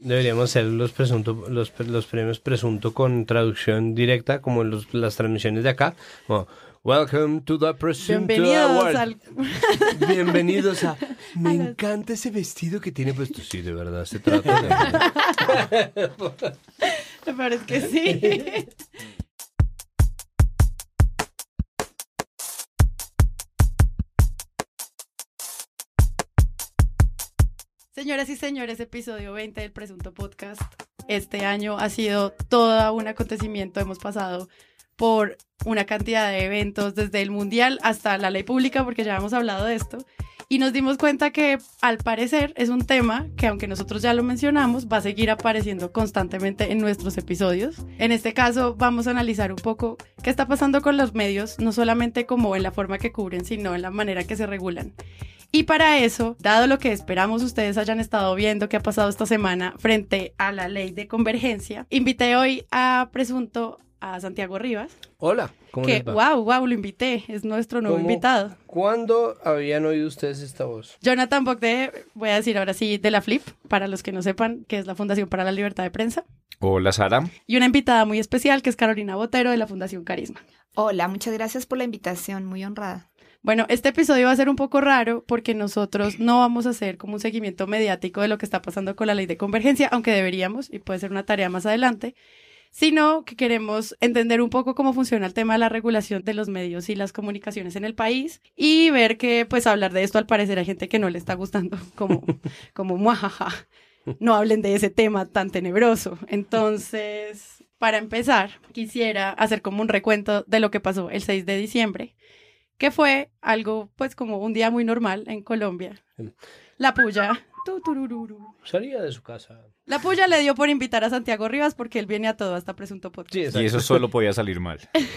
Deberíamos hacer los premios presunto con traducción directa, como las transmisiones de acá. Como, Welcome to the Presunto Award. Bienvenidos a... Me encanta ese vestido que tiene puesto. Sí, de verdad, se trata de... Me parece que sí. Señoras y señores, episodio 20 del Presunto Podcast. Este año ha sido todo un acontecimiento. Hemos pasado por una cantidad de eventos, desde el Mundial hasta la ley pública, porque ya hemos hablado de esto. Y nos dimos cuenta que, al parecer, es un tema que, aunque nosotros ya lo mencionamos, va a seguir apareciendo constantemente en nuestros episodios. En este caso, vamos a analizar un poco qué está pasando con los medios, no solamente como en la forma que cubren, sino en la manera que se regulan. Y para eso, dado lo que esperamos ustedes hayan estado viendo que ha pasado esta semana frente a la ley de convergencia, invité hoy a Presunto a Santiago Rivas. Hola, ¿cómo les va? Wow, lo invité, es nuestro nuevo invitado. ¿Cuándo habían oído ustedes esta voz? Jonathan Bogde, voy a decir ahora sí, de la FLIP, para los que no sepan, que es la Fundación para la Libertad de Prensa. Hola, Sara. Y una invitada muy especial, que es Carolina Botero, de la Fundación Carisma. Hola, muchas gracias por la invitación, muy honrada. Bueno, este episodio va a ser un poco raro porque nosotros no vamos a hacer como un seguimiento mediático de lo que está pasando con la ley de convergencia, aunque deberíamos, y puede ser una tarea más adelante, sino que queremos entender un poco cómo funciona el tema de la regulación de los medios y las comunicaciones en el país y ver que, pues, hablar de esto al parecer hay gente que no le está gustando, como muajaja, no hablen de ese tema tan tenebroso. Entonces, para empezar, quisiera hacer como un recuento de lo que pasó el 6 de diciembre, que fue algo, pues, como un día muy normal en Colombia. La Puya salía de su casa. La Puya le dio por invitar a Santiago Rivas porque él viene a todo hasta Presunto Podcast. Sí, y eso solo podía salir mal.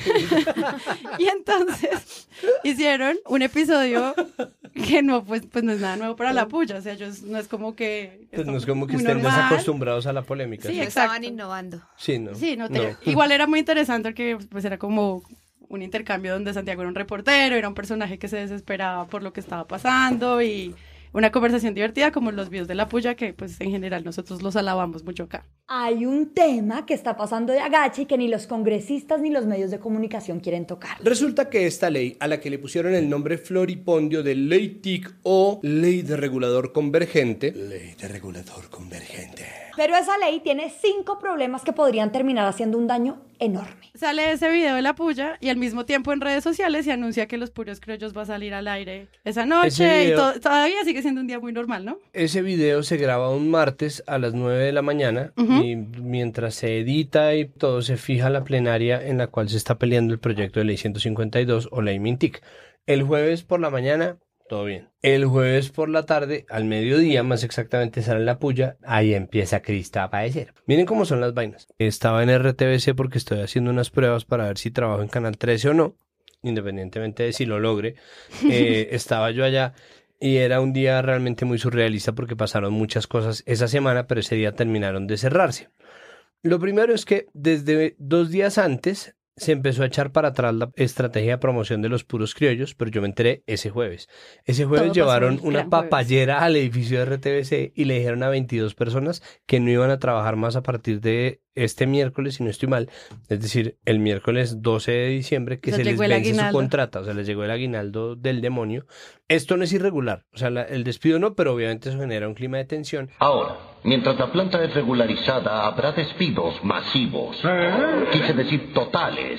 Y entonces hicieron un episodio que no, pues no es nada nuevo para La Puya. O sea, no es como que... Pues no es como que estén desacostumbrados a la polémica. Sí, ¿sí? Estaban innovando. Sí, ¿no? Sí, no. Igual era muy interesante porque pues era como un intercambio donde Santiago era un reportero, era un personaje que se desesperaba por lo que estaba pasando y una conversación divertida como los videos de La Puya que pues en general nosotros los alabamos mucho acá. Hay un tema que está pasando de agache y que ni los congresistas ni los medios de comunicación quieren tocar. Resulta que esta ley, a la que le pusieron el nombre floripondio de Ley TIC o Ley de Regulador Convergente. Ley de Regulador Convergente. Pero esa ley tiene 5 problemas que podrían terminar haciendo un daño enorme. Sale ese video de La Puya y al mismo tiempo en redes sociales se anuncia que Los Puros Criollos va a salir al aire esa noche y todavía sigue siendo un día muy normal, ¿no? Ese video se graba un martes a las 9 de la mañana y mientras se edita y todo se fija la plenaria en la cual se está peleando el proyecto de ley 152 o ley Mintic. El jueves por la mañana, todo bien. El jueves por la tarde, al mediodía, más exactamente sale La Puya, ahí empieza Crista a aparecer. Miren cómo son las vainas. Estaba en RTBC porque estoy haciendo unas pruebas para ver si trabajo en Canal 13 o no, independientemente de si lo logre. Estaba yo allá y era un día realmente muy surrealista porque pasaron muchas cosas esa semana, pero ese día terminaron de cerrarse. Lo primero es que desde 2 días antes se empezó a echar para atrás la estrategia de promoción de los puros criollos, pero yo me enteré ese jueves. Ese jueves llevaron una papayera al edificio de RTBC y le dijeron a 22 personas que no iban a trabajar más a partir de este miércoles, si no estoy mal, es decir, el miércoles 12 de diciembre, que se les vence su contrata, o sea, les llegó el aguinaldo del demonio. Esto no es irregular, o sea, el despido no, pero obviamente eso genera un clima de tensión. Ahora, mientras la planta es regularizada, habrá despidos masivos. Quise decir totales.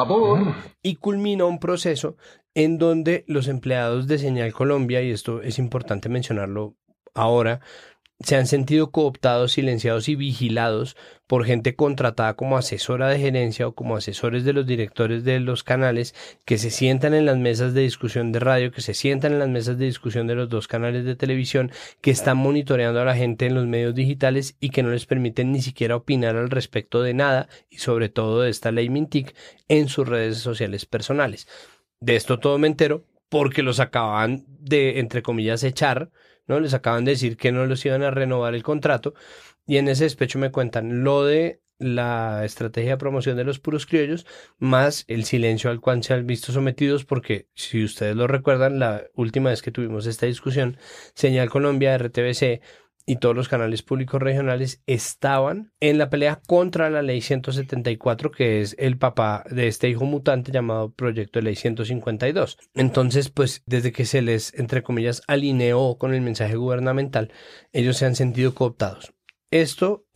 Y culmina un proceso en donde los empleados de Señal Colombia, y esto es importante mencionarlo ahora, se han sentido cooptados, silenciados y vigilados por gente contratada como asesora de gerencia o como asesores de los directores de los canales que se sientan en las mesas de discusión de radio, que se sientan en las mesas de discusión de los 2 canales de televisión, que están monitoreando a la gente en los medios digitales y que no les permiten ni siquiera opinar al respecto de nada y sobre todo de esta ley Mintic en sus redes sociales personales. De esto todo me entero porque los acaban de, entre comillas, echar, ¿no? Les acaban de decir que no los iban a renovar el contrato y en ese despecho me cuentan lo de la estrategia de promoción de los puros criollos más el silencio al cual se han visto sometidos porque, si ustedes lo recuerdan, la última vez que tuvimos esta discusión, Señal Colombia, RTBC y todos los canales públicos regionales estaban en la pelea contra la ley 174, que es el papá de este hijo mutante llamado Proyecto de Ley 152. Entonces, pues desde que se les, entre comillas, alineó con el mensaje gubernamental, ellos se han sentido cooptados. Esto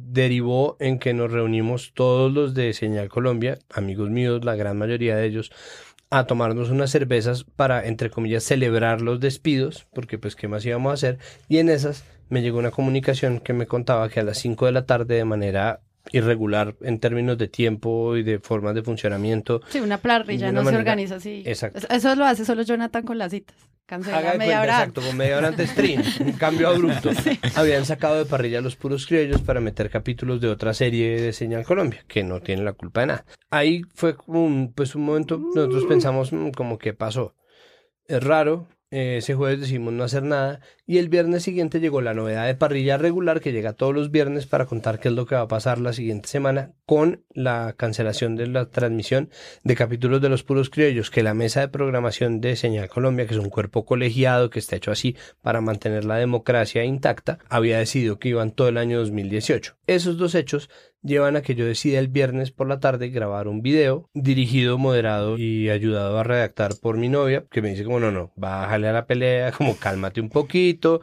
derivó en que nos reunimos todos los de Señal Colombia, amigos míos, la gran mayoría de ellos, a tomarnos unas cervezas para, entre comillas, celebrar los despidos, porque pues qué más íbamos a hacer, y en esas me llegó una comunicación que me contaba que a las 5 de la tarde, de manera irregular en términos de tiempo y de formas de funcionamiento. Sí, una parrilla no se organiza así. Exacto. Eso lo hace solo Jonathan con las citas. Cancela Haga de media cuenta, hora. exacto, con media hora antes stream, un cambio abrupto. Sí. Habían sacado de parrilla Los Puros Criollos para meter capítulos de otra serie de Señal Colombia, que no tiene la culpa de nada. Ahí fue como un momento, nosotros pensamos como ¿qué pasó? Es raro. Ese jueves decidimos no hacer nada y el viernes siguiente llegó la novedad de parrilla regular que llega todos los viernes para contar qué es lo que va a pasar la siguiente semana con la cancelación de la transmisión de capítulos de Los Puros Criollos, que la mesa de programación de Señal Colombia, que es un cuerpo colegiado que está hecho así para mantener la democracia intacta, había decidido que iban todo el año 2018. Esos dos hechos llevan a que yo decida el viernes por la tarde grabar un video dirigido, moderado y ayudado a redactar por mi novia, que me dice como no, bájale a la pelea, como cálmate un poquito,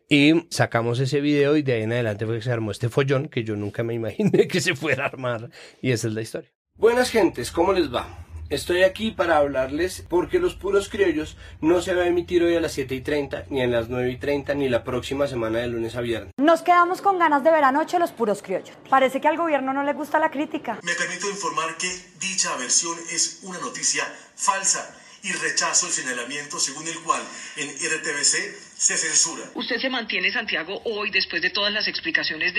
y sacamos ese video y de ahí en adelante fue que se armó este follón que yo nunca me imaginé que se fuera a armar, y esa es la historia. Buenas gentes, ¿cómo les va? Estoy aquí para hablarles porque Los Puros Criollos no se va a emitir hoy a las 7:30, ni a las 9:30, ni la próxima semana de lunes a viernes. Nos quedamos con ganas de ver anoche Los Puros Criollos. Parece que al gobierno no le gusta la crítica. Me permito informar que dicha versión es una noticia falsa y rechazo el señalamiento según el cual en RTBC se censura. ¿Usted se mantiene, Santiago, hoy, después de todas las explicaciones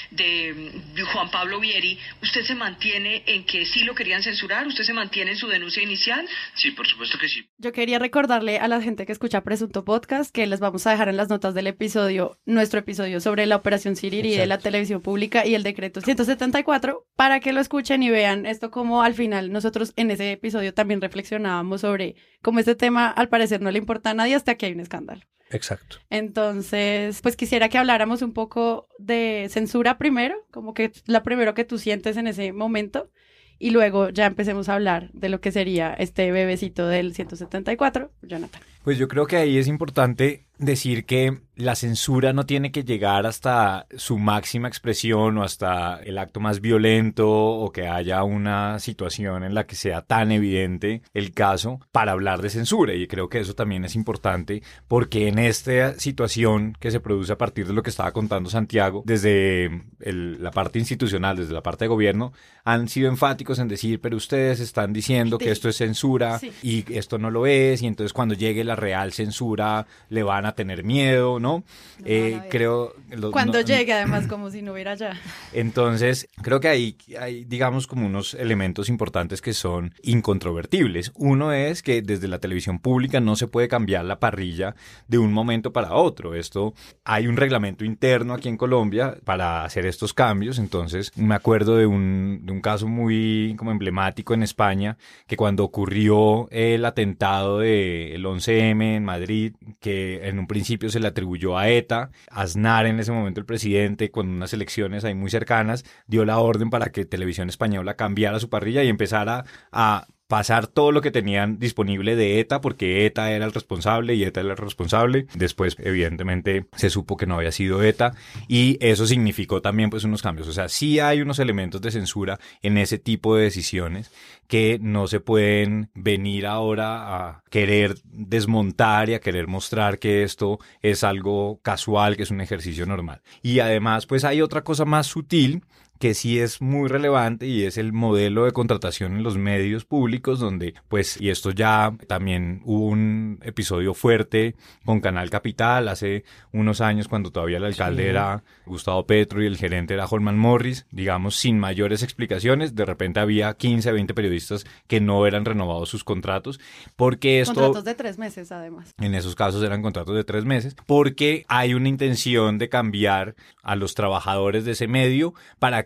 de Juan Pablo Vieri, usted se mantiene en que sí lo querían censurar? ¿Usted se mantiene en su denuncia inicial? Sí, por supuesto que sí. Yo quería recordarle a la gente que escucha Presunto Podcast que les vamos a dejar en las notas del episodio, nuestro episodio sobre la Operación Siriri de la televisión pública y el decreto 174, para que lo escuchen y vean esto como al final nosotros en ese episodio también reflexionábamos sobre cómo este tema al parecer no le importa a nadie hasta que hay un escándalo. Exacto. Entonces, pues quisiera que habláramos un poco de censura primero, como que la primero que tú sientes en ese momento, y luego ya empecemos a hablar de lo que sería este bebecito del 174, Jonathan. Pues yo creo que ahí es importante decir que la censura no tiene que llegar hasta su máxima expresión o hasta el acto más violento o que haya una situación en la que sea tan evidente el caso para hablar de censura, y creo que eso también es importante porque en esta situación que se produce a partir de lo que estaba contando Santiago, desde la parte institucional, desde la parte de gobierno, han sido enfáticos en decir, pero ustedes están diciendo que esto es censura y esto no lo es, y entonces cuando llegue la real censura le van a tener miedo, ¿no? Creo... Cuando llegue, además, como si no hubiera ya. Entonces, creo que hay, digamos, como unos elementos importantes que son incontrovertibles. Uno es que desde la televisión pública no se puede cambiar la parrilla de un momento para otro. Hay un reglamento interno aquí en Colombia para hacer estos cambios. Entonces, me acuerdo de un caso muy como emblemático en España, que cuando ocurrió el atentado del 11M en Madrid, que en un principio se le atribuyó a ETA, Aznar, en ese momento el presidente, con unas elecciones ahí muy cercanas, dio la orden para que Televisión Española cambiara su parrilla y empezara a pasar todo lo que tenían disponible de ETA, porque ETA era el responsable y ETA era el responsable. Después, evidentemente, se supo que no había sido ETA y eso significó también pues unos cambios. O sea, sí hay unos elementos de censura en ese tipo de decisiones que no se pueden venir ahora a querer desmontar y a querer mostrar que esto es algo casual, que es un ejercicio normal. Y además, pues hay otra cosa más sutil que sí es muy relevante y es el modelo de contratación en los medios públicos, donde pues, y esto ya también hubo un episodio fuerte con Canal Capital hace unos años cuando todavía el alcalde era Gustavo Petro y el gerente era Holman Morris, digamos sin mayores explicaciones, de repente había 15, 20 periodistas que no eran renovados sus contratos, porque esto... Contratos de 3 meses además. En esos casos eran contratos de 3 meses, porque hay una intención de cambiar a los trabajadores de ese medio para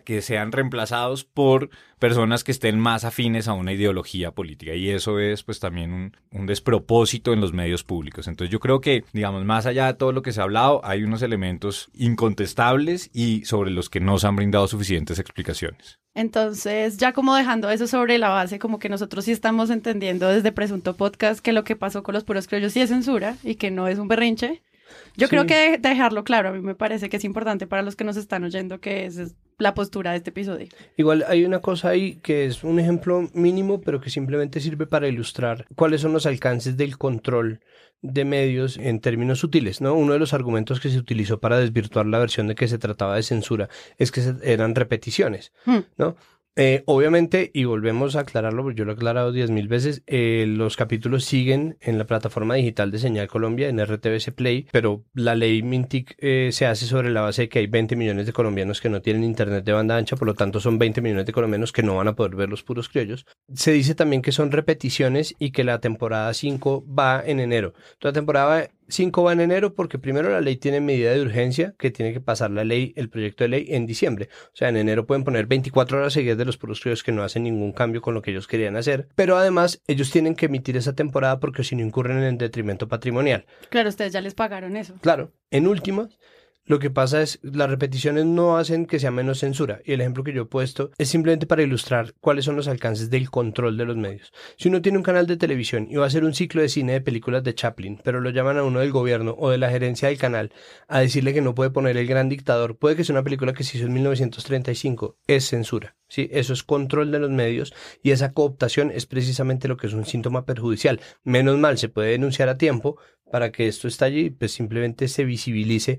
que sean reemplazados por personas que estén más afines a una ideología política, y eso es pues también un despropósito en los medios públicos. Entonces yo creo que, digamos, más allá de todo lo que se ha hablado, hay unos elementos incontestables y sobre los que no se han brindado suficientes explicaciones. Entonces, ya como dejando eso sobre la base, como que nosotros sí estamos entendiendo desde Presunto Podcast que lo que pasó con los puros criollos sí es censura y que no es un berrinche. Yo creo que dejarlo claro, a mí me parece que es importante para los que nos están oyendo que esa es la postura de este episodio. Igual hay una cosa ahí que es un ejemplo mínimo, pero que simplemente sirve para ilustrar cuáles son los alcances del control de medios en términos sutiles, ¿no? Uno de los argumentos que se utilizó para desvirtuar la versión de que se trataba de censura es que eran repeticiones, ¿no? Obviamente, y volvemos a aclararlo, porque yo lo he aclarado 10.000 veces, los capítulos siguen en la plataforma digital de Señal Colombia, en RTVC Play, pero la ley Mintic se hace sobre la base de que hay 20 millones de colombianos que no tienen internet de banda ancha, por lo tanto son 20 millones de colombianos que no van a poder ver los puros criollos. Se dice también que son repeticiones y que la temporada 5 va en enero. Toda la temporada 5 va en enero porque primero la ley tiene medida de urgencia que tiene que pasar la ley, el proyecto de ley en diciembre. O sea, en enero pueden poner 24 horas seguidas de los puros criollos que no hacen ningún cambio con lo que ellos querían hacer. Pero además ellos tienen que emitir esa temporada porque si no incurren en el detrimento patrimonial. Claro, ustedes ya les pagaron eso. Claro, en últimas, lo que pasa es las repeticiones no hacen que sea menos censura, y el ejemplo que yo he puesto es simplemente para ilustrar cuáles son los alcances del control de los medios. Si uno tiene un canal de televisión y va a hacer un ciclo de cine de películas de Chaplin, pero lo llaman a uno del gobierno o de la gerencia del canal a decirle que no puede poner El Gran Dictador, puede que sea una película que se hizo en 1935, es censura. Sí, eso es control de los medios, y esa cooptación es precisamente lo que es un síntoma perjudicial. Menos mal se puede denunciar a tiempo para que esto esté allí, pues simplemente se visibilice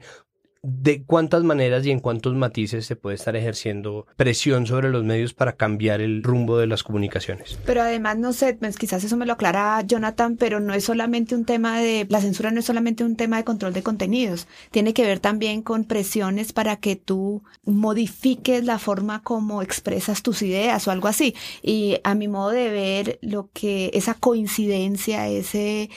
de cuántas maneras y en cuántos matices se puede estar ejerciendo presión sobre los medios para cambiar el rumbo de las comunicaciones. Pero además, no sé, pues quizás eso me lo aclara Jonathan, pero no es solamente un tema la censura no es solamente un tema de control de contenidos, tiene que ver también con presiones para que tú modifiques la forma como expresas tus ideas o algo así. Y a mi modo de ver, esa coincidencia, ese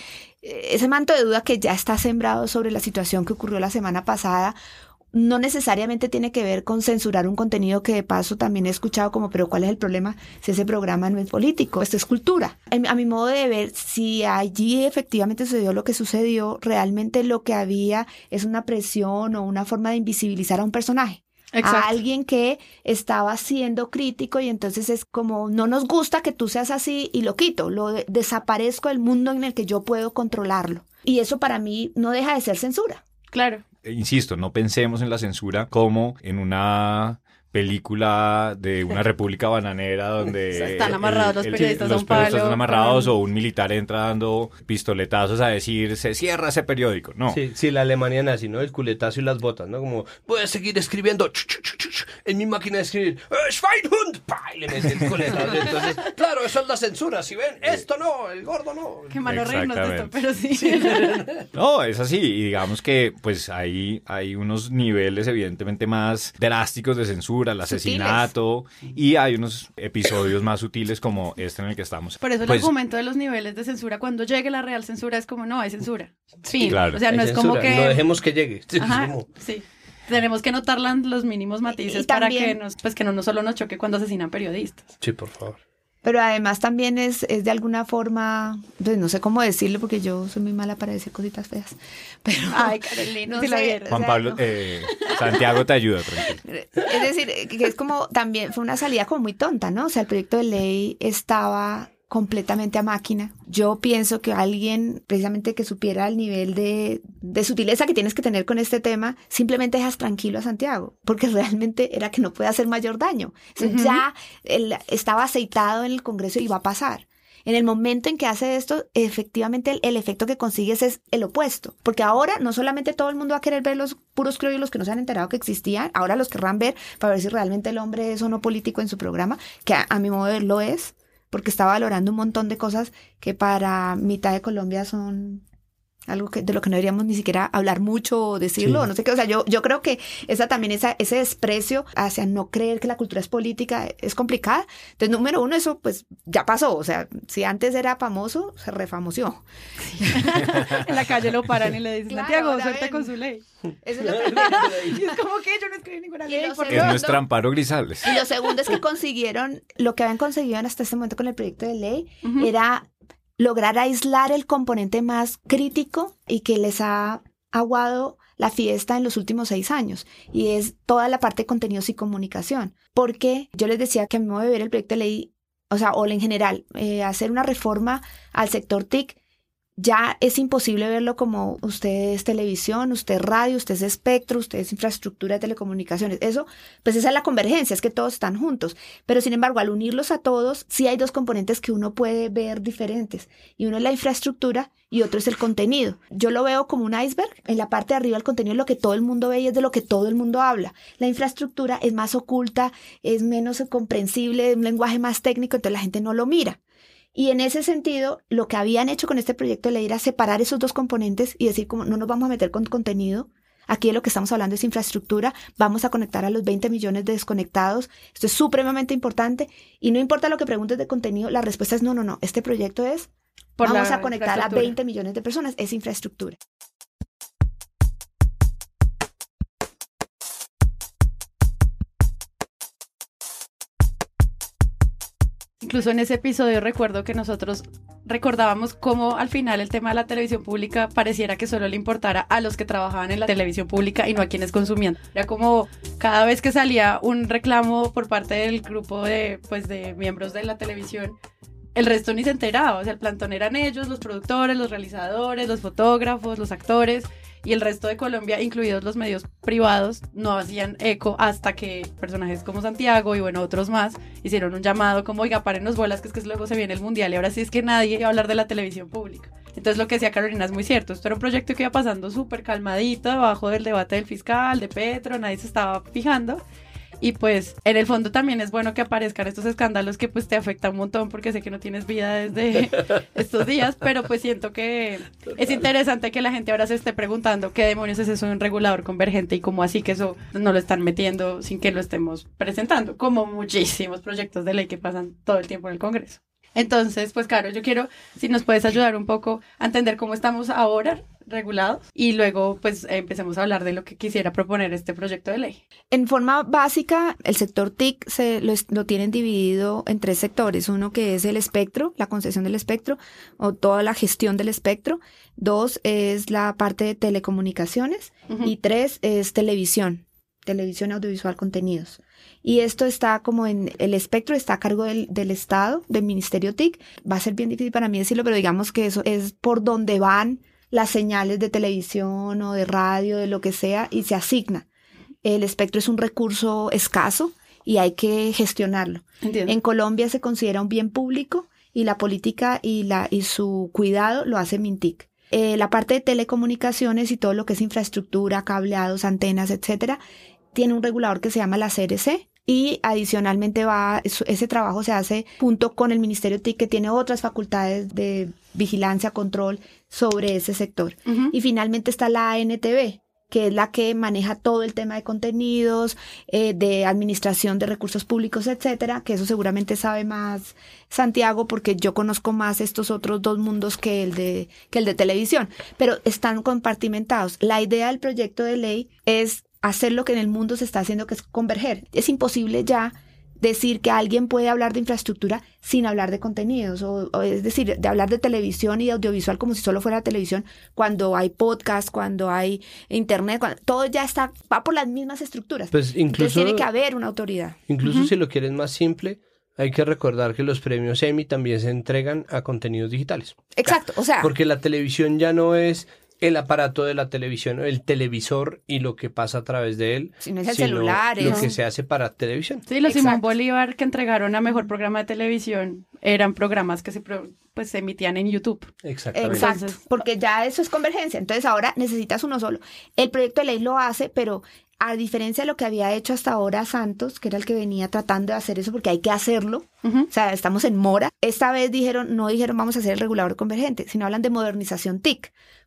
manto de duda que ya está sembrado sobre la situación que ocurrió la semana pasada, no necesariamente tiene que ver con censurar un contenido que de paso también he escuchado como, pero ¿cuál es el problema si ese programa no es político? Esto es cultura. A mi modo de ver, si allí efectivamente sucedió lo que sucedió, realmente lo que había es una presión o una forma de invisibilizar a un personaje. Exacto. A alguien que estaba siendo crítico, y entonces es como, no nos gusta que tú seas así y lo quito, desaparezco del mundo en el que yo puedo controlarlo. Y eso para mí no deja de ser censura. Claro. Insisto, no pensemos en la censura como en una película de una república bananera donde están amarrados los periodistas a un palo. Están amarrados o un militar entra dando pistoletazos a decir se cierra ese periódico. No. Sí, la Alemania nazi, ¿no? El culetazo y las botas, ¿no? Como, puedes seguir escribiendo en mi máquina de escribir Schweinhund, y le mete el culetazo. Entonces, claro, eso es la censura. Si ven, esto no, el gordo no. Qué malo reírnos de esto, pero sí. No, es así. Y digamos que pues hay unos niveles evidentemente más drásticos de censura, el asesinato, y hay unos episodios más sutiles como este en el que estamos. Por eso el argumento de los niveles de censura, cuando llegue la real censura, es como, no, hay censura. Sí, claro. O sea, no es censura, como que... No dejemos que llegue. Ajá, sí. Tenemos que notar los mínimos matices para que no solo nos choque cuando asesinan periodistas. Sí, por favor. Pero además también es de alguna forma, pues no sé cómo decirlo porque yo soy muy mala para decir cositas feas. Pero, ay, Carolina, no si sé, la vieron. Juan Pablo, Santiago te ayuda, tranquilo. Es decir, que es como también fue una salida como muy tonta, ¿no? O sea, el proyecto de ley estaba completamente a máquina. Yo pienso que alguien precisamente que supiera el nivel de sutileza que tienes que tener con este tema, simplemente dejas tranquilo a Santiago, porque realmente era que no puede hacer mayor daño. Eso ya estaba aceitado en el Congreso y va a pasar. En el momento en que hace esto, efectivamente el efecto que consigues es el opuesto. Porque ahora no solamente todo el mundo va a querer ver los puros criollos, los que no se han enterado que existían, ahora los querrán ver para ver si realmente el hombre es o no político en su programa, que a mi modo de ver lo es, porque está valorando un montón de cosas que para mitad de Colombia son algo de lo que no deberíamos ni siquiera hablar mucho o decirlo, o no sé qué. O sea, yo creo que ese desprecio hacia no creer que la cultura es política es complicada. Entonces, número uno, eso pues ya pasó. O sea, si antes era famoso, se refamoseó. En la calle lo paran y le dicen, Claro, Santiago, ahora suerte ven. con su ley. Eso es lo primero. Y es como que yo no escribí ninguna ley. lo porque Es segundo- nuestro Amparo Grisales. Y lo segundo es que consiguieron, lo que habían conseguido hasta este momento con el proyecto de ley, era lograr aislar el componente más crítico y que les ha aguado la fiesta en los últimos 6 años, y es toda la parte de contenidos y comunicación. Porque yo les decía que a mi modo de ver el proyecto de ley, o sea, o en general, hacer una reforma al sector TIC, ya es imposible verlo como usted es televisión, usted es radio, usted es espectro, usted es infraestructura de telecomunicaciones. Eso, pues esa es la convergencia, es que todos están juntos. Pero sin embargo, al unirlos a todos, sí hay 2 componentes que uno puede ver diferentes. Y uno es la infraestructura y otro es el contenido. Yo lo veo como un iceberg. En la parte de arriba el contenido es lo que todo el mundo ve y es de lo que todo el mundo habla. La infraestructura es más oculta, es menos comprensible, un lenguaje más técnico, entonces la gente no lo mira. Y en ese sentido, lo que habían hecho con este proyecto de ley era separar esos 2 componentes y decir como no nos vamos a meter con contenido. Aquí de lo que estamos hablando es infraestructura, vamos a conectar a los 20 millones de desconectados. Esto es supremamente importante y no importa lo que preguntes de contenido, la respuesta es no. Este proyecto es, vamos a conectar a infraestructura. 20 millones de personas, es infraestructura. Incluso en ese episodio recuerdo que nosotros recordábamos cómo al final el tema de la televisión pública pareciera que solo le importara a los que trabajaban en la televisión pública y no a quienes consumían. Era como cada vez que salía un reclamo por parte del grupo de miembros de la televisión, el resto ni se enteraba. O sea, el plantón eran ellos, los productores, los realizadores, los fotógrafos, los actores, y el resto de Colombia, incluidos los medios privados, no hacían eco hasta que personajes como Santiago y bueno, otros más, hicieron un llamado como, oiga, párennos bolas, que es que luego se viene el mundial y ahora sí es que nadie iba a hablar de la televisión pública. Entonces lo que decía Carolina es muy cierto, esto era un proyecto que iba pasando súper calmadito debajo del debate del fiscal, de Petro, nadie se estaba fijando. Y pues en el fondo también es bueno que aparezcan estos escándalos que pues te afectan un montón, porque sé que no tienes vida desde estos días, pero pues siento que es interesante que la gente ahora se esté preguntando qué demonios es eso de un regulador convergente y cómo así que eso no lo están metiendo sin que lo estemos presentando, como muchísimos proyectos de ley que pasan todo el tiempo en el Congreso. Entonces, pues Caro, yo quiero, si nos puedes ayudar un poco a entender cómo estamos ahora regulados y luego pues empecemos a hablar de lo que quisiera proponer este proyecto de ley. En forma básica, el sector TIC lo tienen dividido en 3 sectores. Uno que es el espectro, la concesión del espectro o toda la gestión del espectro. 2 es la parte de telecomunicaciones y 3 es televisión audiovisual, contenidos. Y esto está como en el espectro, está a cargo del Estado, del Ministerio TIC. Va a ser bien difícil para mí decirlo, pero digamos que eso es por donde van las señales de televisión o de radio, de lo que sea, y se asigna. El espectro es un recurso escaso y hay que gestionarlo. Entiendo. En Colombia se considera un bien público y la política y su cuidado lo hace Mintic. La parte de telecomunicaciones y todo lo que es infraestructura, cableados, antenas, etcétera, tiene un regulador que se llama la CRC. Y adicionalmente ese trabajo se hace junto con el Ministerio TIC, que tiene otras facultades de vigilancia, control sobre ese sector. Y finalmente está la ANTV, que es la que maneja todo el tema de contenidos, de administración de recursos públicos, etcétera, que eso seguramente sabe más Santiago, porque yo conozco más estos otros 2 mundos que el de televisión, pero están compartimentados. La idea del proyecto de ley es hacer lo que en el mundo se está haciendo, que es converger. Es imposible ya decir que alguien puede hablar de infraestructura sin hablar de contenidos, o es decir, de hablar de televisión y de audiovisual como si solo fuera televisión, cuando hay podcast, cuando hay internet, todo ya va por las mismas estructuras. Pues Entonces incluso tiene que haber una autoridad. Incluso si lo quieres más simple, hay que recordar que los premios Emmy también se entregan a contenidos digitales. Exacto, o sea, Porque la televisión ya no es el aparato de la televisión, el televisor y lo que pasa a través de él, si no es el sino celular, lo es que se hace para televisión. Sí, los Simón Exacto. Bolívar que entregaron a mejor programa de televisión eran programas que se emitían en YouTube. Exactamente. Exacto, Entonces, porque ya eso es convergencia. Entonces ahora necesitas uno solo. El proyecto de ley lo hace, pero a diferencia de lo que había hecho hasta ahora Santos, que era el que venía tratando de hacer eso porque hay que hacerlo, o sea, estamos en mora, esta vez no dijeron vamos a hacer el regulador convergente, sino hablan de modernización TIC,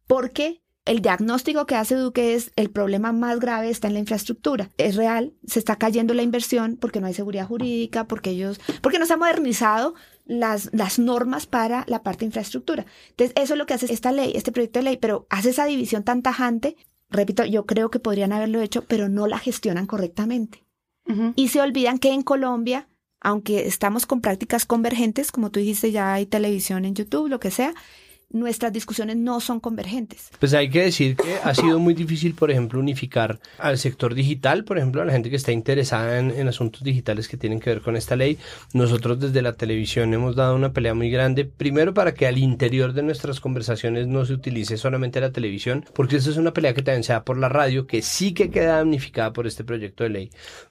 porque el diagnóstico que hace Duque es el problema más grave está en la infraestructura. Es real, se está cayendo la inversión porque no hay seguridad jurídica, porque no se ha modernizado las normas para la parte de infraestructura. Entonces, eso es lo que hace esta ley, este proyecto de ley, pero hace esa división tan tajante. Repito, yo creo que podrían haberlo hecho, pero no la gestionan correctamente. Uh-huh. Y se olvidan que en Colombia, aunque estamos con prácticas convergentes, como tú dijiste, ya hay televisión en YouTube, lo que sea, nuestras discusiones no son convergentes. Pues hay que decir que ha sido muy difícil, por ejemplo, unificar al sector digital, por ejemplo, a la gente que está interesada en asuntos digitales que tienen que ver con esta ley. Nosotros desde la televisión hemos dado una pelea muy grande, primero para que al interior de nuestras conversaciones no se utilice solamente la televisión, porque esta es una pelea que también se da por la radio, que sí que queda damnificada por este proyecto de ley,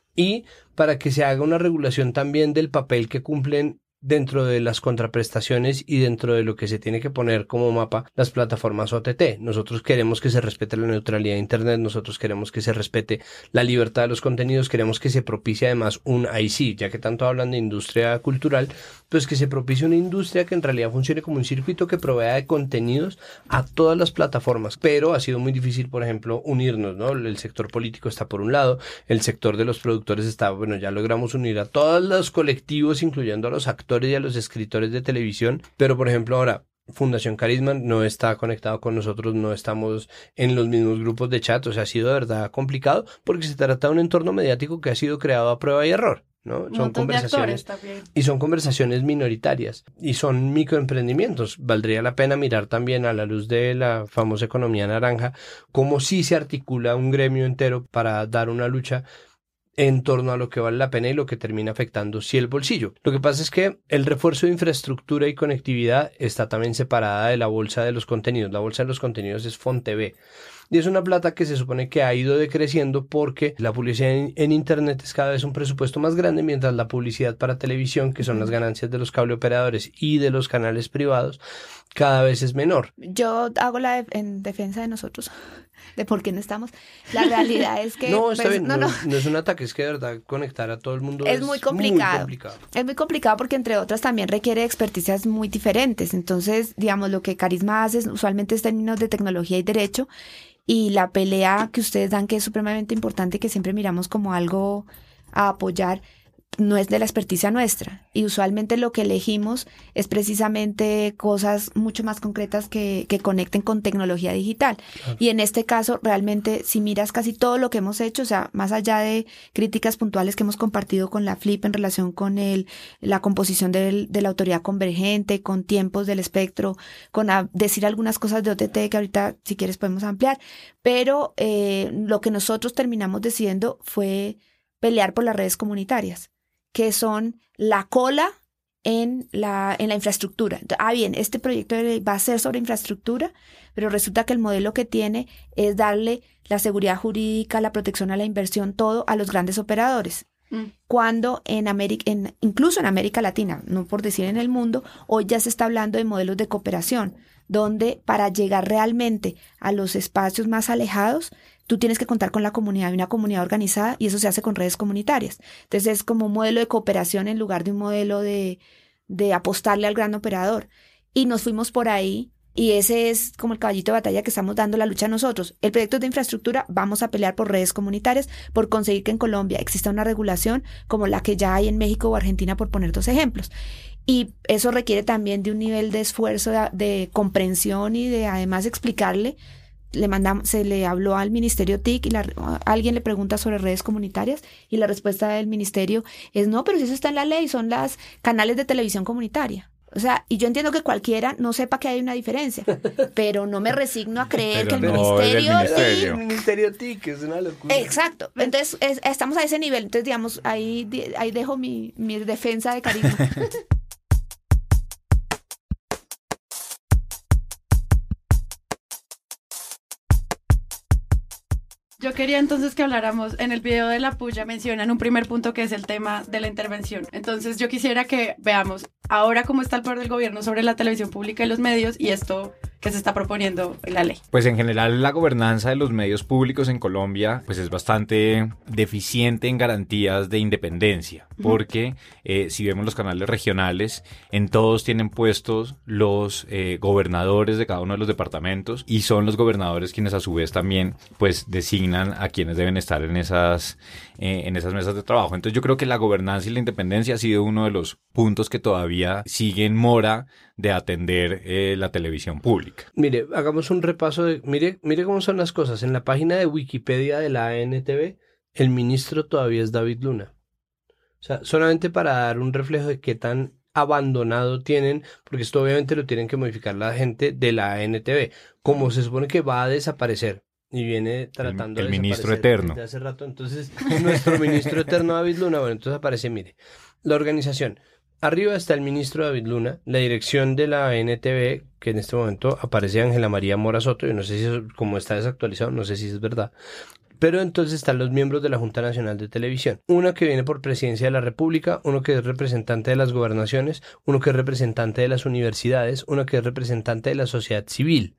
y para que se haga una regulación también del papel que cumplen dentro de las contraprestaciones y dentro de lo que se tiene que poner como mapa las plataformas OTT. Nosotros queremos que se respete la neutralidad de Internet, nosotros queremos que se respete la libertad de los contenidos, queremos que se propicie además un IC, ya que tanto hablan de industria cultural, pues que se propicie una industria que en realidad funcione como un circuito que provea de contenidos a todas las plataformas. Pero ha sido muy difícil, por ejemplo, unirnos, ¿no? El sector político está por un lado, el sector de los productores está, bueno, ya logramos unir a todos los colectivos, incluyendo a los actores y a los escritores de televisión, pero por ejemplo ahora Fundación Carisma no está conectado con nosotros, no estamos en los mismos grupos de chat, o sea, ha sido de verdad complicado porque se trata de un entorno mediático que ha sido creado a prueba y error, ¿no? Son conversaciones y son conversaciones minoritarias y son microemprendimientos. Valdría la pena mirar también a la luz de la famosa economía naranja cómo sí se articula un gremio entero para dar una lucha en torno a lo que vale la pena y lo que termina afectando sí el bolsillo. Lo que pasa es que el refuerzo de infraestructura y conectividad está también separada de la bolsa de los contenidos. La bolsa de los contenidos es FonTV. Y es una plata que se supone que ha ido decreciendo porque la publicidad en Internet es cada vez un presupuesto más grande, mientras la publicidad para televisión, que son las ganancias de los cableoperadores y de los canales privados, cada vez es menor. Yo hago en defensa de nosotros, de por qué no estamos. La realidad es que... No, está bien, no es un ataque, es que de verdad conectar a todo el mundo es muy complicado. Es muy complicado porque entre otras también requiere experticias muy diferentes. Entonces, digamos, lo que Carisma hace usualmente es términos de tecnología y derecho, y la pelea que ustedes dan, que es supremamente importante, que siempre miramos como algo a apoyar, no es de la experticia nuestra, y usualmente lo que elegimos es precisamente cosas mucho más concretas que conecten con tecnología digital. Claro. Y en este caso, realmente, si miras casi todo lo que hemos hecho, o sea, más allá de críticas puntuales que hemos compartido con la FLIP en relación con la composición de la autoridad convergente, con tiempos del espectro, con decir algunas cosas de OTT que ahorita, si quieres, podemos ampliar, pero lo que nosotros terminamos decidiendo fue pelear por las redes comunitarias, que son la cola en la infraestructura. Bien, este proyecto de ley va a ser sobre infraestructura, pero resulta que el modelo que tiene es darle la seguridad jurídica, la protección a la inversión, todo a los grandes operadores. Cuando incluso en América Latina, no por decir en el mundo, hoy ya se está hablando de modelos de cooperación, donde para llegar realmente a los espacios más alejados, tú tienes que contar con la comunidad y una comunidad organizada, y eso se hace con redes comunitarias. Entonces es como un modelo de cooperación en lugar de un modelo de apostarle al gran operador. Y nos fuimos por ahí, y ese es como el caballito de batalla que estamos dando la lucha nosotros. El proyecto de infraestructura, vamos a pelear por redes comunitarias, por conseguir que en Colombia exista una regulación como la que ya hay en México o Argentina, por poner dos ejemplos. Y eso requiere también de un nivel de esfuerzo, de comprensión y de además explicarle. Se le habló al Ministerio TIC y alguien le pregunta sobre redes comunitarias y la respuesta del ministerio es no, pero si eso está en la ley, son las canales de televisión comunitaria. O sea, y yo entiendo que cualquiera no sepa que hay una diferencia, pero no me resigno a creer que el Ministerio TIC es una locura. Exacto. Entonces, estamos a ese nivel. Entonces, digamos, ahí dejo mi defensa de Carisma. Yo quería entonces que habláramos, en el video de la puya mencionan un primer punto que es el tema de la intervención. Entonces yo quisiera que veamos ahora cómo está el poder del gobierno sobre la televisión pública y los medios, y esto que se está proponiendo en la ley? Pues en general la gobernanza de los medios públicos en Colombia pues es bastante deficiente en garantías de independencia, porque si vemos los canales regionales, en todos tienen puestos los gobernadores de cada uno de los departamentos, y son los gobernadores quienes a su vez también pues designan a quienes deben estar en esas mesas de trabajo. Entonces yo creo que la gobernanza y la independencia ha sido uno de los puntos que todavía sigue en mora de atender la televisión pública. Mire, hagamos un repaso mire cómo son las cosas. En la página de Wikipedia de la ANTV, el ministro todavía es David Luna. O sea, solamente para dar un reflejo de qué tan abandonado tienen, porque esto obviamente lo tienen que modificar la gente de la ANTV, como se supone que va a desaparecer. Y viene tratando el de ministro desaparecer eterno. desde hace rato. Entonces, nuestro ministro eterno David Luna, bueno, entonces aparece, mire, la organización. Arriba está el ministro David Luna, la dirección de la NTV, que en este momento aparece Ángela María Mora Soto, yo no sé si eso, como está desactualizado, no sé si es verdad. Pero entonces están los miembros de la Junta Nacional de Televisión. Uno que viene por Presidencia de la República, uno que es representante de las gobernaciones, uno que es representante de las universidades, uno que es representante de la sociedad civil.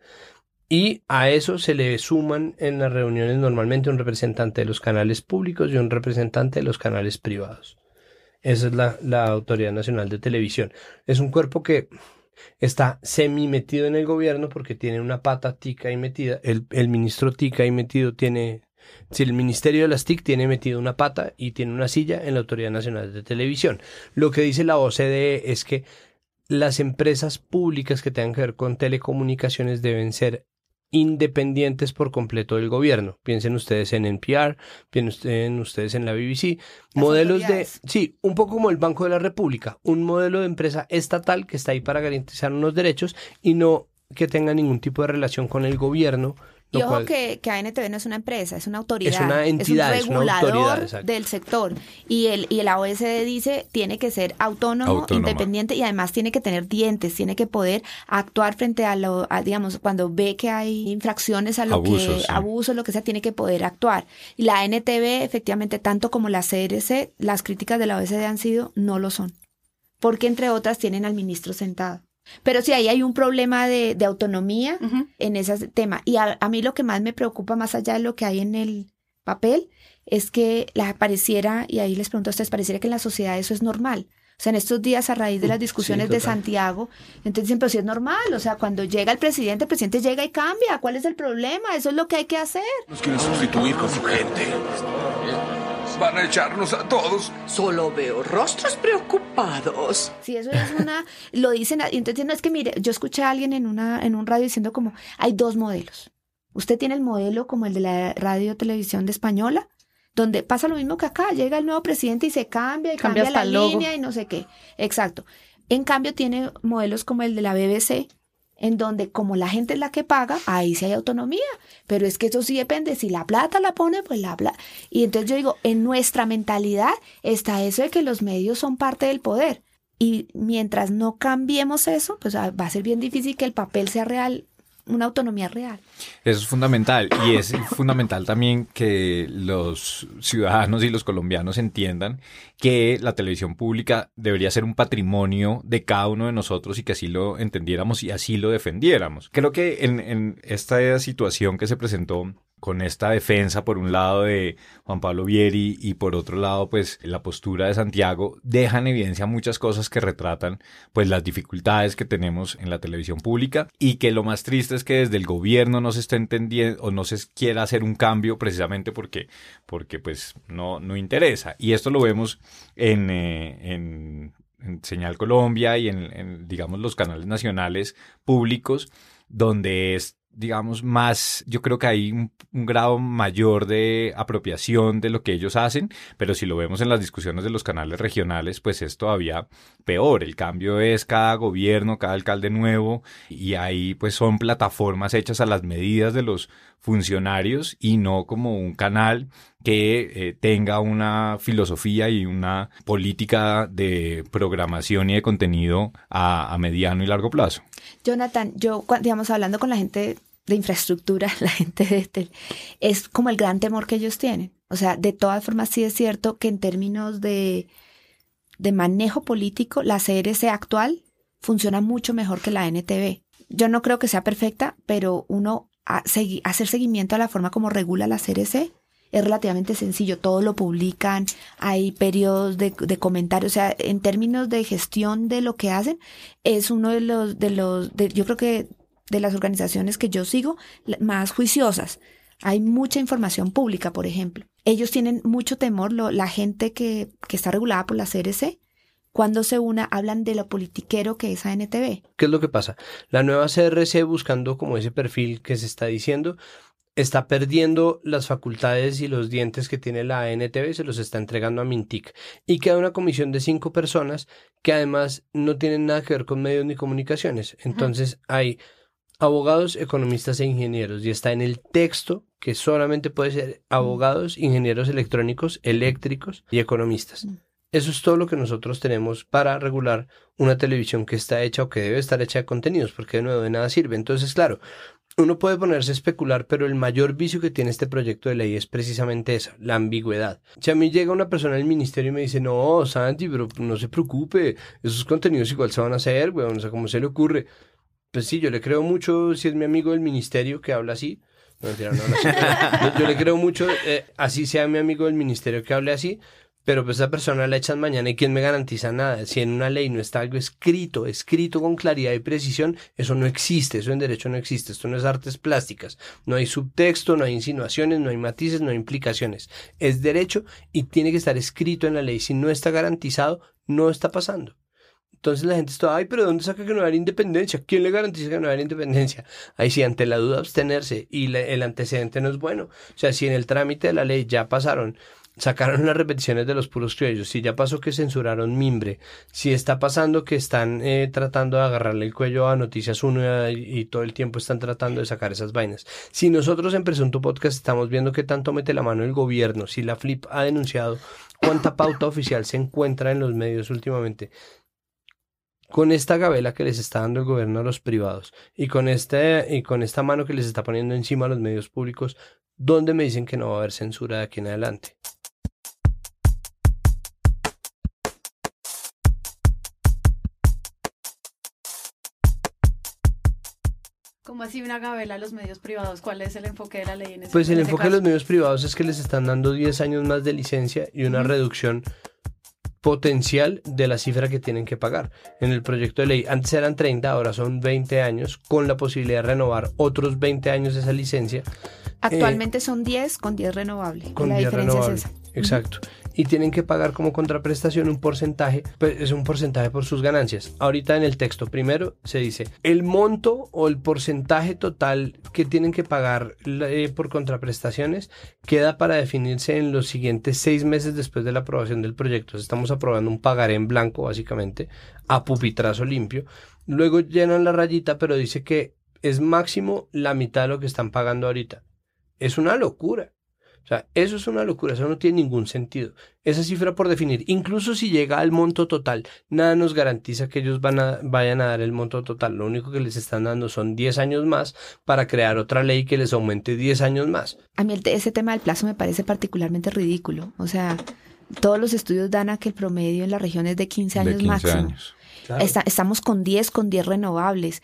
Y a eso se le suman en las reuniones normalmente un representante de los canales públicos y un representante de los canales privados. Esa es la Autoridad Nacional de Televisión. Es un cuerpo que está semi metido en el gobierno porque tiene una pata tica ahí metida. El ministro tica ahí metido tiene... Si el Ministerio de las TIC tiene metido una pata y tiene una silla en la Autoridad Nacional de Televisión. Lo que dice la OCDE es que las empresas públicas que tengan que ver con telecomunicaciones deben ser independientes por completo del gobierno. Piensen ustedes en NPR, piensen ustedes en la BBC, modelos sí, un poco como el Banco de la República, un modelo de empresa estatal que está ahí para garantizar unos derechos y no que tenga ningún tipo de relación con el gobierno. Y ojo que ANTV no es una empresa, es una autoridad, es una entidad, es un regulador del sector. Y la OSD dice tiene que ser autónomo, independiente, y además tiene que tener dientes, tiene que poder actuar frente a digamos, cuando ve que hay infracciones a abusos, lo que sea, tiene que poder actuar. Y la ANTV, efectivamente, tanto como la CRC, las críticas de la OSD han sido, no lo son. Porque, entre otras, tienen al ministro sentado. Pero sí, ahí hay un problema de autonomía en ese tema. Y a mí lo que más me preocupa, más allá de lo que hay en el papel, es que pareciera, y ahí les pregunto a ustedes, pareciera que en la sociedad eso es normal. O sea, en estos días, a raíz de las discusiones de Santiago, entonces dicen, pero sí es normal. O sea, cuando llega el presidente llega y cambia. ¿Cuál es el problema? Eso es lo que hay que hacer. Nos quieren sustituir con su gente. Van a echarnos a todos. Solo veo rostros preocupados. Sí, eso es lo dicen, y entonces no es que mire, yo escuché a alguien en un radio diciendo como, hay dos modelos. Usted tiene el modelo como el de la radio televisión de española, donde pasa lo mismo que acá, llega el nuevo presidente y se cambia la línea y no sé qué. Exacto. En cambio tiene modelos como el de la BBC, en donde como la gente es la que paga, ahí sí hay autonomía, pero es que eso sí depende, si la plata la pone, pues la plata. Y entonces yo digo, en nuestra mentalidad está eso de que los medios son parte del poder, y mientras no cambiemos eso, pues va a ser bien difícil que el papel sea real, una autonomía real. Eso es fundamental, y es fundamental también que los ciudadanos y los colombianos entiendan que la televisión pública debería ser un patrimonio de cada uno de nosotros y que así lo entendiéramos y así lo defendiéramos. Creo que en esta situación que se presentó con esta defensa por un lado de Juan Pablo Vieri y por otro lado pues la postura de Santiago, dejan en evidencia muchas cosas que retratan pues las dificultades que tenemos en la televisión pública, y que lo más triste es que desde el gobierno no se está entendiendo o no se quiera hacer un cambio precisamente porque pues no interesa. Y esto lo vemos en Señal Colombia y en digamos los canales nacionales públicos, donde es digamos más, yo creo que hay un grado mayor de apropiación de lo que ellos hacen, pero si lo vemos en las discusiones de los canales regionales, pues es todavía peor. El cambio es cada gobierno, cada alcalde nuevo, y ahí pues son plataformas hechas a las medidas de los funcionarios y no como un canal que tenga una filosofía y una política de programación y de contenido a mediano y largo plazo. Jonathan, yo, digamos, hablando con la gente de infraestructura, la gente es como el gran temor que ellos tienen. O sea, de todas formas sí es cierto que en términos de manejo político, la CRC actual funciona mucho mejor que la NTV. yo no creo que sea perfecta, pero hacer seguimiento a la forma como regula la CRC es relativamente sencillo. Todo lo publican, hay periodos de comentarios, o sea, en términos de gestión de lo que hacen, es uno yo creo que de las organizaciones que yo sigo más juiciosas. Hay mucha información pública, por ejemplo. Ellos tienen mucho temor, la gente que está regulada por la CRC, cuando se una, hablan de lo politiquero que es ANTV. ¿Qué es lo que pasa? La nueva CRC, buscando como ese perfil que se está diciendo, está perdiendo las facultades y los dientes que tiene la ANTV, se los está entregando a Mintic. Y queda una comisión de 5 personas que además no tienen nada que ver con medios ni comunicaciones. Entonces hay abogados, economistas e ingenieros, y está en el texto que solamente puede ser abogados, ingenieros electrónicos, eléctricos y economistas. Eso es todo lo que nosotros tenemos para regular una televisión que está hecha o que debe estar hecha de contenidos, porque de nuevo de nada sirve. Entonces, claro, uno puede ponerse a especular, pero el mayor vicio que tiene este proyecto de ley es precisamente esa, la ambigüedad. Si a mí llega una persona del ministerio y me dice, no, Santi, pero no se preocupe, esos contenidos igual se van a hacer, weón, o sea, ¿cómo se le ocurre? Pues sí, yo le creo mucho si es mi amigo del ministerio que habla así. No, mentira, no habla así. Yo le creo mucho, así sea mi amigo del ministerio que hable así, pero pues esa persona la echan mañana y ¿quién me garantiza nada? Si en una ley no está algo escrito con claridad y precisión, eso no existe, eso en derecho no existe, esto no es artes plásticas, no hay subtexto, no hay insinuaciones, no hay matices, no hay implicaciones, es derecho y tiene que estar escrito en la ley, si no está garantizado, no está pasando. Entonces la gente está, ay, pero ¿dónde saca que no va a haber independencia? ¿Quién le garantiza que no va a haber independencia? Ahí sí, ante la duda abstenerse y el antecedente no es bueno. O sea, si en el trámite de la ley ya sacaron las repeticiones de los puros criollos, si ya pasó que censuraron Mimbre, si está pasando que están tratando de agarrarle el cuello a Noticias 1 y todo el tiempo están tratando de sacar esas vainas. Si nosotros en Presunto Podcast estamos viendo que tanto mete la mano el gobierno, si la FLIP ha denunciado cuánta pauta oficial se encuentra en los medios últimamente, con esta gabela que les está dando el gobierno a los privados y con esta mano que les está poniendo encima a los medios públicos, ¿dónde me dicen que no va a haber censura de aquí en adelante? ¿Cómo así una gabela a los medios privados? ¿Cuál es el enfoque de la ley en ese Pues el en ese enfoque de caso? los medios privados es que les están dando 10 años más de licencia y una reducción potencial de la cifra que tienen que pagar. En el proyecto de ley antes eran 30, ahora son 20 años con la posibilidad de renovar otros 20 años esa licencia. Actualmente son 10 con 10 renovable. Con la 10 diferencia renovable. es esa. Exacto. Y tienen que pagar como contraprestación un porcentaje, pues es un porcentaje por sus ganancias. Ahorita en el texto primero se dice el monto o el porcentaje total que tienen que pagar por contraprestaciones queda para definirse en los siguientes 6 meses después de la aprobación del proyecto. Estamos aprobando un pagaré en blanco básicamente, a pupitrazo limpio. Luego llenan la rayita, pero dice que es máximo la mitad de lo que están pagando ahorita. Es una locura. O sea, eso es una locura, eso no tiene ningún sentido. Esa cifra por definir, incluso si llega al monto total, nada nos garantiza que ellos vayan a dar el monto total. Lo único que les están dando son 10 años más para crear otra ley que les aumente 10 años más. A mí ese tema del plazo me parece particularmente ridículo. O sea, todos los estudios dan a que el promedio en la región es de 15 años de 15 máximo. años. Claro. Estamos con 10 renovables.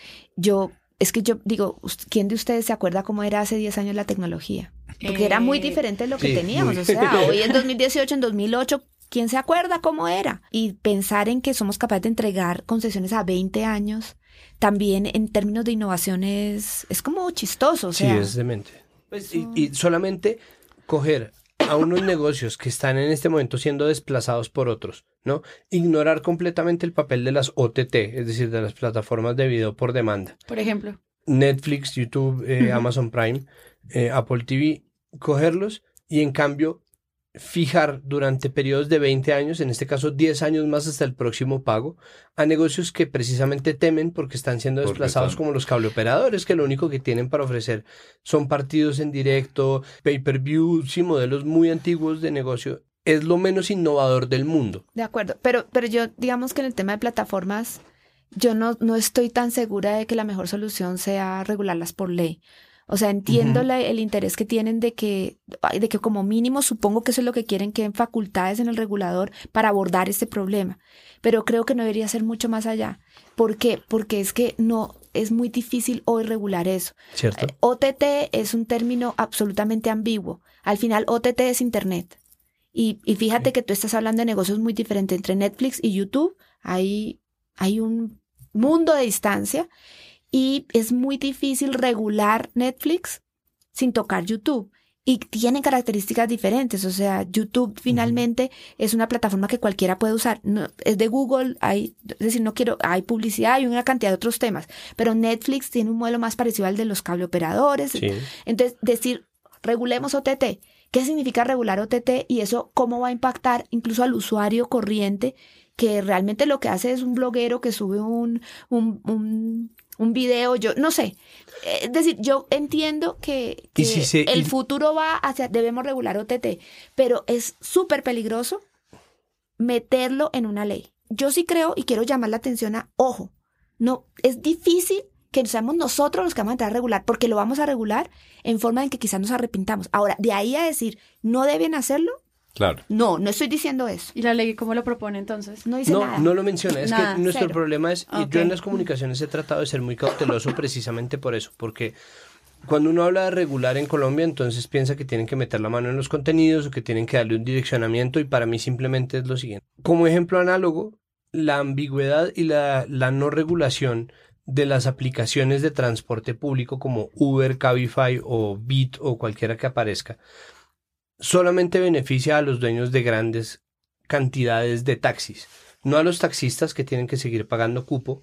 Es que yo digo, ¿quién de ustedes se acuerda cómo era hace 10 años la tecnología? Porque era muy diferente de lo que sí, teníamos. muy. O sea, hoy en 2018, en 2008, ¿quién se acuerda cómo era? Y pensar en que somos capaces de entregar concesiones a 20 años, también en términos de innovación es como chistoso. O sea, Sí, es demente. Pues, y solamente coger a unos negocios que están en este momento siendo desplazados por otros, ¿no? Ignorar completamente el papel de las OTT, es decir, de las plataformas de video por demanda. Por ejemplo. Netflix, YouTube, Amazon Prime, Apple TV, cogerlos y en cambio fijar durante periodos de 20 años, en este caso 10 años más hasta el próximo pago, a negocios que precisamente temen porque están siendo desplazados como los cableoperadores, que lo único que tienen para ofrecer son partidos en directo, pay-per-view, sí, modelos muy antiguos de negocio. Es lo menos innovador del mundo. de acuerdo. Pero yo, digamos que en el tema de plataformas, yo no estoy tan segura de que la mejor solución sea regularlas por ley. O sea, entiendo el interés que tienen de que como mínimo, supongo que eso es lo que quieren, que den facultades en el regulador para abordar este problema. Pero creo que no debería ser mucho más allá. ¿Por qué? Porque es que no es muy difícil hoy regular eso. ¿Cierto? OTT es un término absolutamente ambiguo. Al final, OTT es Internet. Y fíjate que tú estás hablando de negocios muy diferentes entre Netflix y YouTube. Hay un mundo de distancia y es muy difícil regular Netflix sin tocar YouTube. Y tienen características diferentes, o sea, YouTube finalmente es una plataforma que cualquiera puede usar. No, es de Google, hay publicidad, hay una cantidad de otros temas, pero Netflix tiene un modelo más parecido al de los cableoperadores. Sí. Entonces, decir, regulemos OTT, ¿qué significa regular OTT? Y eso, ¿cómo va a impactar incluso al usuario corriente que realmente lo que hace es un bloguero que sube un video, yo no sé. Es decir, yo entiendo que el futuro va hacia, debemos regular OTT, pero es súper peligroso meterlo en una ley. Yo sí creo y quiero llamar la atención ojo, no, es difícil que seamos nosotros los que vamos a entrar a regular, porque lo vamos a regular en forma en que quizás nos arrepintamos. Ahora, de ahí a decir, no deben hacerlo, claro. No estoy diciendo eso. ¿Y la ley cómo lo propone entonces? No dice nada. No lo menciona. Es nada, que nuestro cero. problema es, Okay. yo en las comunicaciones he tratado de ser muy cauteloso precisamente por eso, porque cuando uno habla de regular en Colombia, entonces piensa que tienen que meter la mano en los contenidos o que tienen que darle un direccionamiento, y para mí simplemente es lo siguiente. Como ejemplo análogo, la ambigüedad y la no regulación de las aplicaciones de transporte público como Uber, Cabify o Bit o cualquiera que aparezca, solamente beneficia a los dueños de grandes cantidades de taxis, no a los taxistas que tienen que seguir pagando cupo,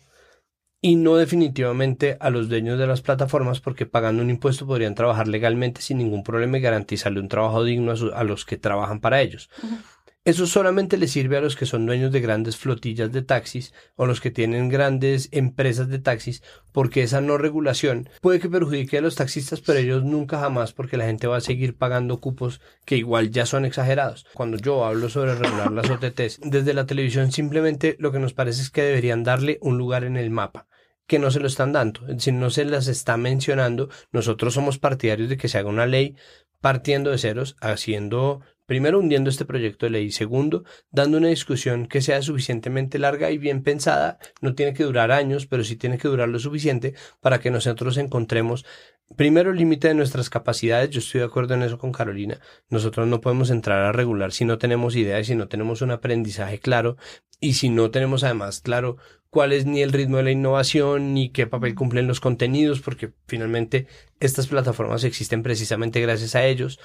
y no definitivamente a los dueños de las plataformas, porque pagando un impuesto podrían trabajar legalmente sin ningún problema y garantizarle un trabajo digno a los que trabajan para ellos. Uh-huh. Eso solamente le sirve a los que son dueños de grandes flotillas de taxis o los que tienen grandes empresas de taxis, porque esa no regulación puede que perjudique a los taxistas, pero ellos nunca jamás, porque la gente va a seguir pagando cupos que igual ya son exagerados. Cuando yo hablo sobre regular las OTTs, desde la televisión simplemente lo que nos parece es que deberían darle un lugar en el mapa, que no se lo están dando, es decir, no se las está mencionando. Nosotros somos partidarios de que se haga una ley partiendo de ceros, primero, hundiendo este proyecto de ley. Segundo, dando una discusión que sea suficientemente larga y bien pensada. No tiene que durar años, pero sí tiene que durar lo suficiente para que nosotros encontremos, primero, el límite de nuestras capacidades. Yo estoy de acuerdo en eso con Carolina. Nosotros no podemos entrar a regular si no tenemos ideas, si no tenemos un aprendizaje claro y si no tenemos además claro cuál es ni el ritmo de la innovación ni qué papel cumplen los contenidos, porque finalmente estas plataformas existen precisamente gracias a ellos.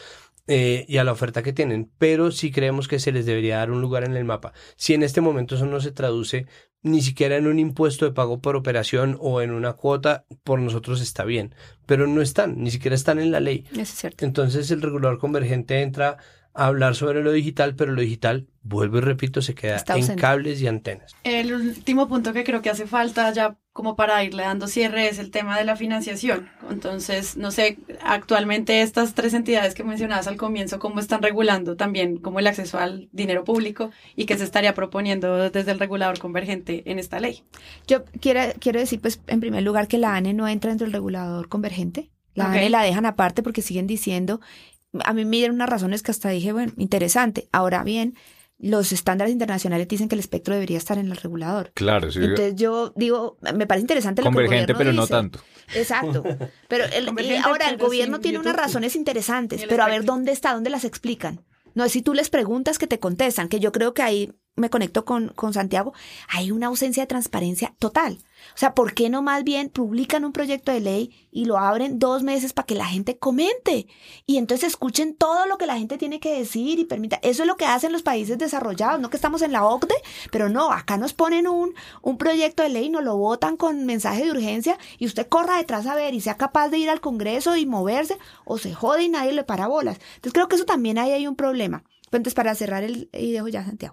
Y a la oferta que tienen, pero sí creemos que se les debería dar un lugar en el mapa. Si en este momento eso no se traduce ni siquiera en un impuesto de pago por operación o en una cuota, por nosotros está bien, pero no están, ni siquiera están en la ley. Eso es cierto. Entonces el regulador convergente entra a hablar sobre lo digital, pero lo digital, vuelvo y repito, se queda en cables y antenas. El último punto que creo que hace falta ya como para irle dando cierre es el tema de la financiación. Entonces, no sé, actualmente estas tres entidades que mencionabas al comienzo, ¿cómo están regulando también como el acceso al dinero público y qué se estaría proponiendo desde el regulador convergente en esta ley? Yo quiero decir, pues, en primer lugar, que la ANE no entra dentro del regulador convergente. La ANE la dejan aparte porque siguen diciendo, a mí me dieron unas razones que hasta dije, bueno, interesante. Ahora bien, los estándares internacionales dicen que el espectro debería estar en el regulador. Claro, sí. Entonces yo digo, me parece interesante lo que el convergente, pero dice. no tanto. Exacto. Pero ahora el gobierno tiene unas razones interesantes, pero a ver dónde las explican. No es si tú les preguntas que te contestan, que yo creo que ahí me conecto con Santiago, hay una ausencia de transparencia total. O sea, ¿por qué no más bien publican un proyecto de ley y lo abren 2 meses para que la gente comente? Y entonces escuchen todo lo que la gente tiene que decir y permita. Eso es lo que hacen los países desarrollados, no que estamos en la OCDE, pero no, acá nos ponen un proyecto de ley y nos lo votan con mensaje de urgencia y usted corra detrás a ver y sea capaz de ir al Congreso y moverse o se jode y nadie le para bolas. Entonces creo que eso también ahí hay un problema. Entonces, para cerrar y dejo ya Santiago,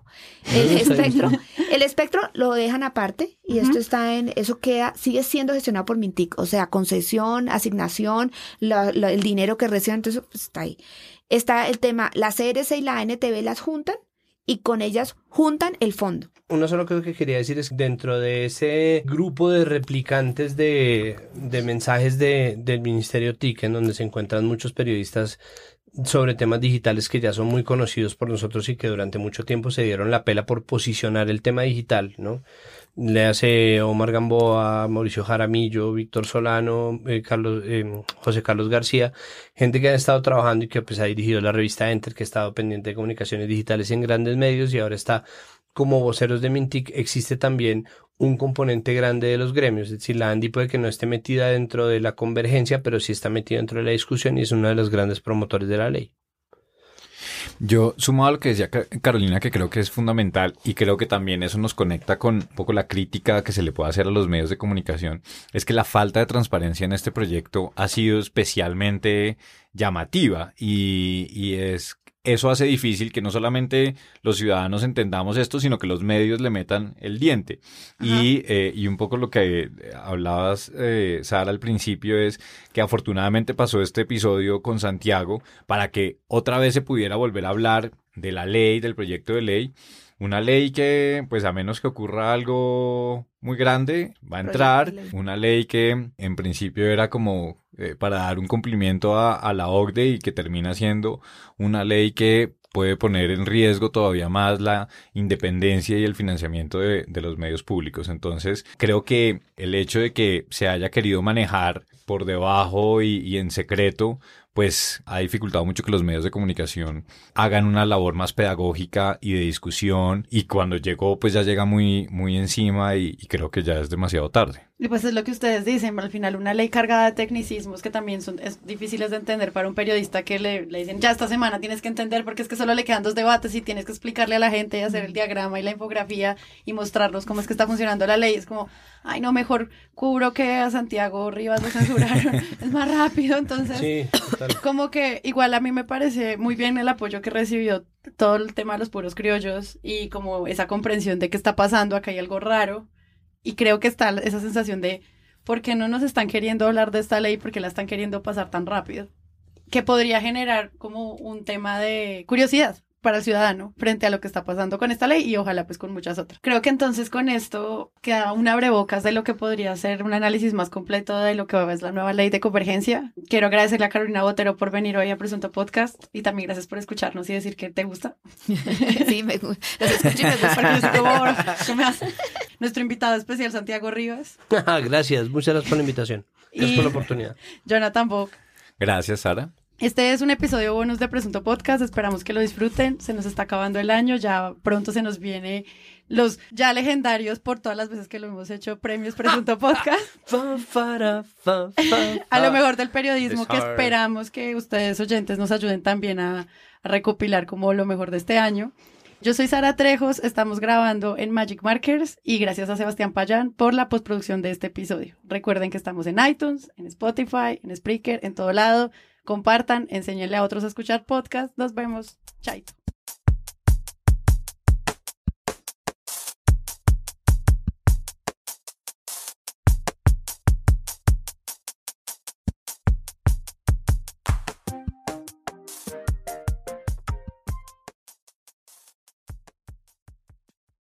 el espectro lo dejan aparte y esto está sigue siendo gestionado por Mintic, o sea, concesión, asignación, el dinero que reciben, entonces pues, está ahí. Está el tema, la CRC y la ANTV las juntan y con ellas juntan el fondo. Una sola cosa que quería decir es que dentro de ese grupo de replicantes de mensajes del Ministerio TIC, en donde se encuentran muchos periodistas sobre temas digitales que ya son muy conocidos por nosotros y que durante mucho tiempo se dieron la pela por posicionar el tema digital, ¿no? le hace Omar Gamboa, Mauricio Jaramillo, Víctor Solano, José Carlos García, gente que ha estado trabajando y que pues ha dirigido la revista Enter, que ha estado pendiente de comunicaciones digitales en grandes medios y ahora está como voceros de Mintic. Existe también un componente grande de los gremios, es decir, la ANDI puede que no esté metida dentro de la convergencia, pero sí está metida dentro de la discusión y es uno de los grandes promotores de la ley. Yo sumo a lo que decía Carolina, que creo que es fundamental y creo que también eso nos conecta con un poco la crítica que se le puede hacer a los medios de comunicación, es que la falta de transparencia en este proyecto ha sido especialmente llamativa y eso hace difícil que no solamente los ciudadanos entendamos esto, sino que los medios le metan el diente. Y un poco lo que hablabas, Sara, al principio es que afortunadamente pasó este episodio con Santiago para que otra vez se pudiera volver a hablar de la ley, del proyecto de ley. Una ley que, pues a menos que ocurra algo muy grande, va a entrar. Una ley que en principio era como para dar un cumplimiento a la OCDE y que termina siendo una ley que puede poner en riesgo todavía más la independencia y el financiamiento de los medios públicos. Entonces, creo que el hecho de que se haya querido manejar por debajo y en secreto, pues ha dificultado mucho que los medios de comunicación hagan una labor más pedagógica y de discusión, y cuando llegó pues ya llega muy, muy encima y creo que ya es demasiado tarde. Y pues es lo que ustedes dicen, al final una ley cargada de tecnicismos que también son difíciles de entender para un periodista que le dicen ya esta semana tienes que entender porque es que solo le quedan 2 debates y tienes que explicarle a la gente y hacer el diagrama y la infografía y mostrarlos cómo es que está funcionando la ley. Es como, ay no, mejor cubro que a Santiago Rivas lo censuraron, es más rápido. Entonces, sí, como que igual a mí me parece muy bien el apoyo que recibió todo el tema de los puros criollos y como esa comprensión de qué está pasando, acá hay algo raro. Y creo que está esa sensación de ¿por qué no nos están queriendo hablar de esta ley? ¿Por qué la están queriendo pasar tan rápido? Que podría generar como un tema de curiosidad para el ciudadano frente a lo que está pasando con esta ley y ojalá pues con muchas otras. Creo que entonces con esto queda un abrebocas de lo que podría ser un análisis más completo de lo que es la nueva ley de convergencia. Quiero agradecerle a Carolina Botero por venir hoy a Presunto Podcast y también gracias por escucharnos y decir que te gusta. Sí, me gusta. Los escucho y me gusta. Porque es como, ¿qué me hace? Nuestro invitado especial, Santiago Rivas. Gracias, muchas gracias por la invitación. Gracias por la oportunidad. Jonathan Bock. Gracias, Sara. Este es un episodio bonus de Presunto Podcast, esperamos que lo disfruten, se nos está acabando el año, ya pronto se nos viene los ya legendarios por todas las veces que lo hemos hecho premios Presunto Podcast. A lo mejor del periodismo que esperamos que ustedes oyentes nos ayuden también a recopilar como lo mejor de este año. Yo soy Sara Trejos, estamos grabando en Magic Markers y gracias a Sebastián Payán por la postproducción de este episodio. Recuerden que estamos en iTunes, en Spotify, en Spreaker, en todo lado. Compartan, enséñenle a otros a escuchar podcast. Nos vemos. Chaito.